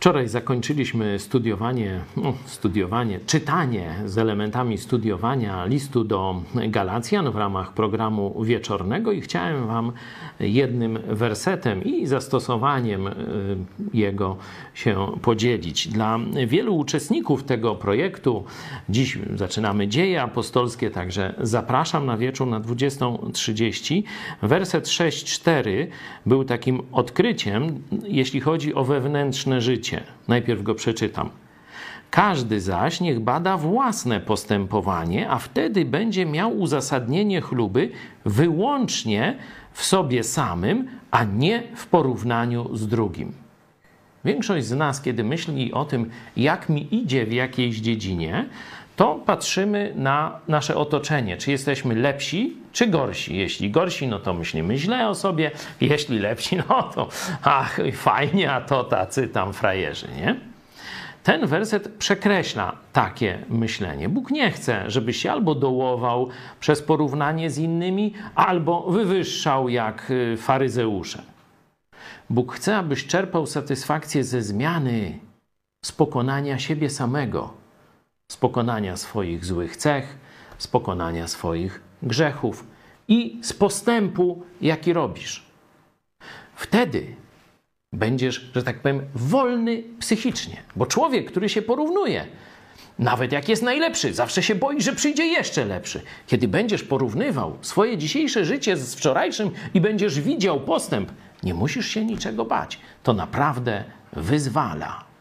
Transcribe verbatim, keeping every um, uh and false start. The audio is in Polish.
Wczoraj zakończyliśmy studiowanie, no, studiowanie, czytanie z elementami studiowania listu do Galacjan w ramach programu wieczornego i chciałem Wam jednym wersetem i zastosowaniem jego się podzielić. Dla wielu uczestników tego projektu, dziś zaczynamy Dzieje Apostolskie, także zapraszam na wieczór na dwudziestą trzydzieści. Werset sześć cztery był takim odkryciem, jeśli chodzi o wewnętrzne życie. Najpierw go przeczytam. Każdy zaś niech bada własne postępowanie, a wtedy będzie miał uzasadnienie chluby wyłącznie w sobie samym, a nie w porównaniu z drugim. Większość z nas, kiedy myśli o tym, jak mi idzie w jakiejś dziedzinie, to patrzymy na nasze otoczenie. Czy jesteśmy lepsi, czy gorsi? Jeśli gorsi, no to myślimy źle o sobie. Jeśli lepsi, no to ach, fajnie, a to tacy tam frajerzy, nie? Ten werset przekreśla takie myślenie. Bóg nie chce, żebyś się albo dołował przez porównanie z innymi, albo wywyższał jak faryzeusze. Bóg chce, abyś czerpał satysfakcję ze zmiany, z pokonania siebie samego, z pokonania swoich złych cech, z pokonania swoich grzechów i z postępu, jaki robisz. Wtedy będziesz, że tak powiem, wolny psychicznie, bo człowiek, który się porównuje, nawet jak jest najlepszy, zawsze się boi, że przyjdzie jeszcze lepszy. Kiedy będziesz porównywał swoje dzisiejsze życie z wczorajszym i będziesz widział postęp, nie musisz się niczego bać. To naprawdę wyzwala.